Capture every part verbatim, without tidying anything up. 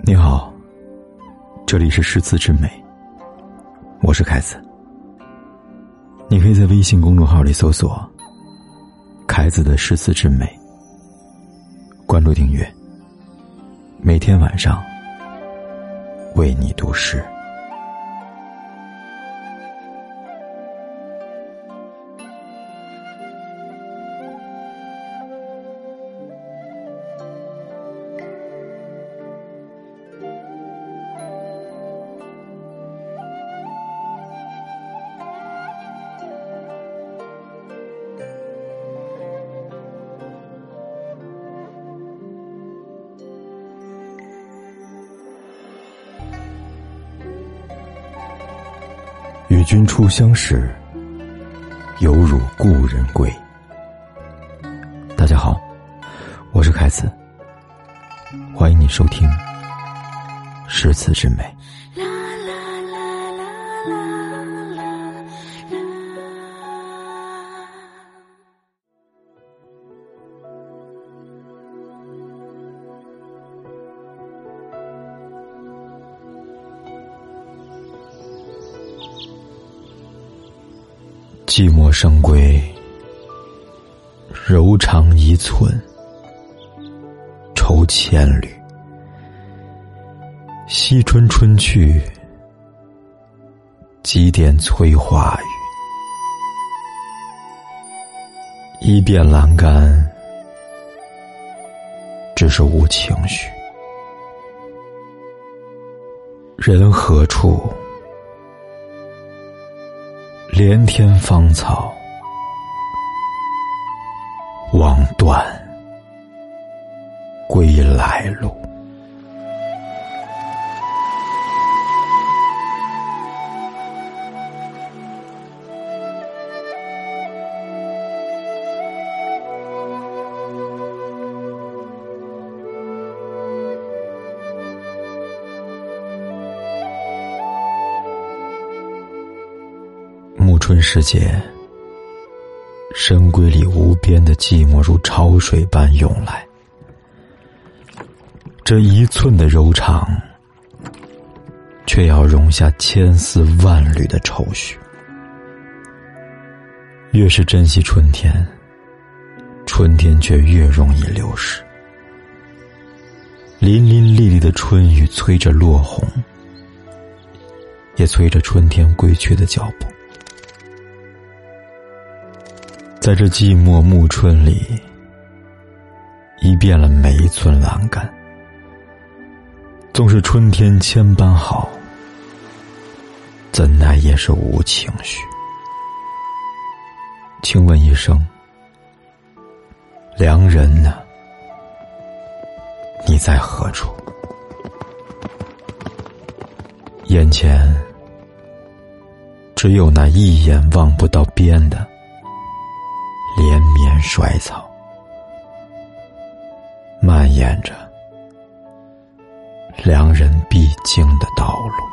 你好，这里是诗词之美，我是凯子。你可以在微信公众号里搜索凯子的诗词之美，关注订阅，每天晚上为你读诗。与君初相识，犹如故人归。大家好，我是凯子，欢迎你收听诗词之美。寂寞生归，柔肠一寸，愁千缕。惜春春去，几点催化雨。一遍阑干，只是无情绪。人何处？连天芳草，望断归来路。暮春时节，深闺里无边的寂寞如潮水般涌来。这一寸的柔肠，却要容下千丝万缕的愁绪。越是珍惜春天，春天却越容易流逝。淋淋沥沥的春雨催着落红，也催着春天归去的脚步。在这寂寞暮春里，已变了每一寸栏杆。纵是春天千般好，怎奈也是无情绪。请问一声，良人呢？你在何处？眼前只有那一眼望不到边的连绵衰草，蔓延着良人必经的道路。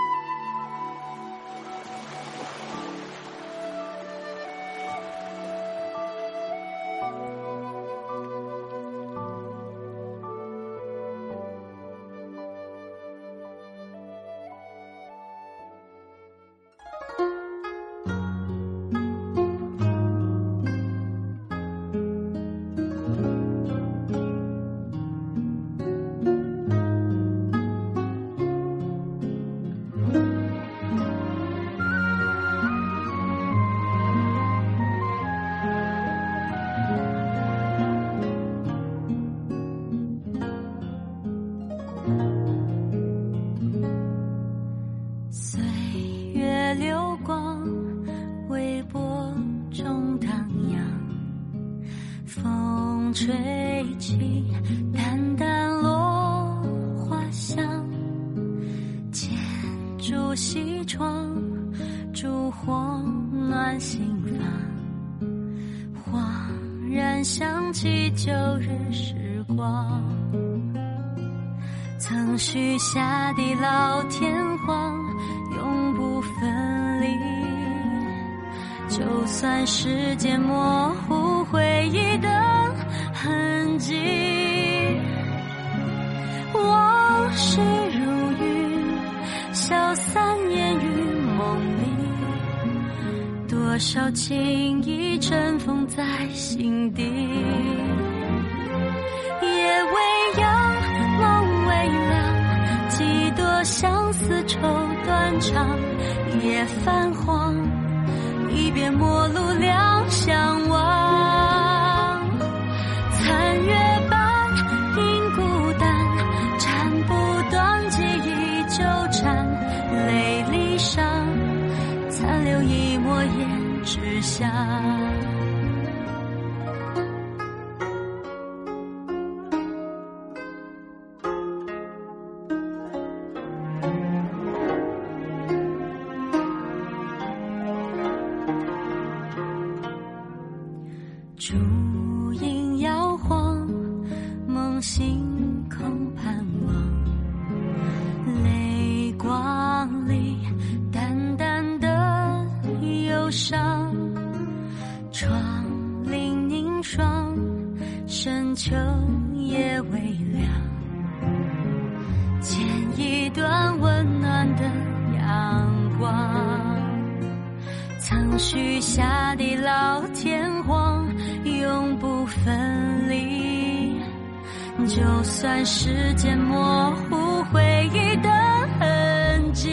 岁月流光，微波中荡漾，风吹起淡淡落花香，剪烛西窗，烛火暖心房，恍然想起旧日时光，曾许下的老天荒，永不分离。就算时间模糊回忆的痕迹，往事多少情意尘封在心底，夜未央，梦微凉，几多相思愁断肠，夜泛黄，一别陌路两相望。残月般因孤单，斩不断记忆纠缠，泪离殇，残留一抹胭脂香。烛影摇晃，梦醒空盼望，泪光里淡淡的忧伤，窗棂凝霜，深秋夜微凉，剪一段温暖的阳光，曾许下地老天荒，永不分离，就算时间模糊回忆的痕迹，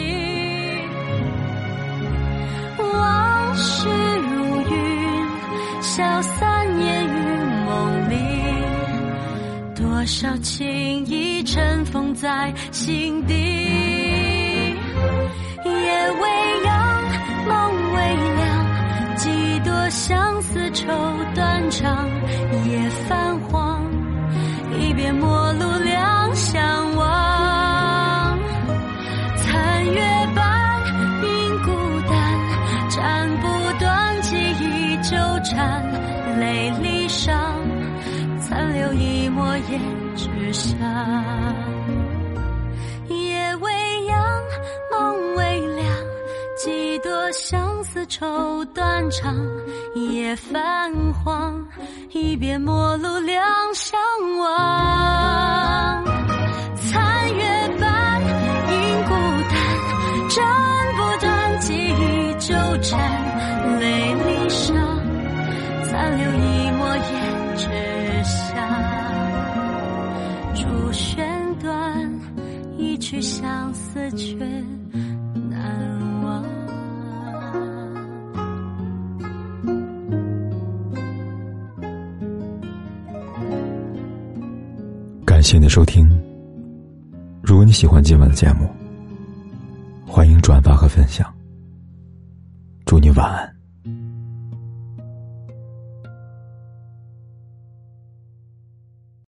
往事如云，消散烟雨梦里，多少情意尘封在心底，夜未央，梦微凉，几多相思愁断肠，夜泛黄，一别陌路两相望。残月般因孤单，斩不断记忆纠缠，泪离殇，残留一抹胭脂香。夜未央，梦微凉，几多相思愁断肠，夜泛黄，一别陌路两相望。残月般因孤单，斩不断记忆纠缠，泪离殇，残留一抹胭脂香。竹弦断，一曲相思却难忘。 感谢你的收听，如果你喜欢今晚的节目，欢迎转发和分享。祝你晚安。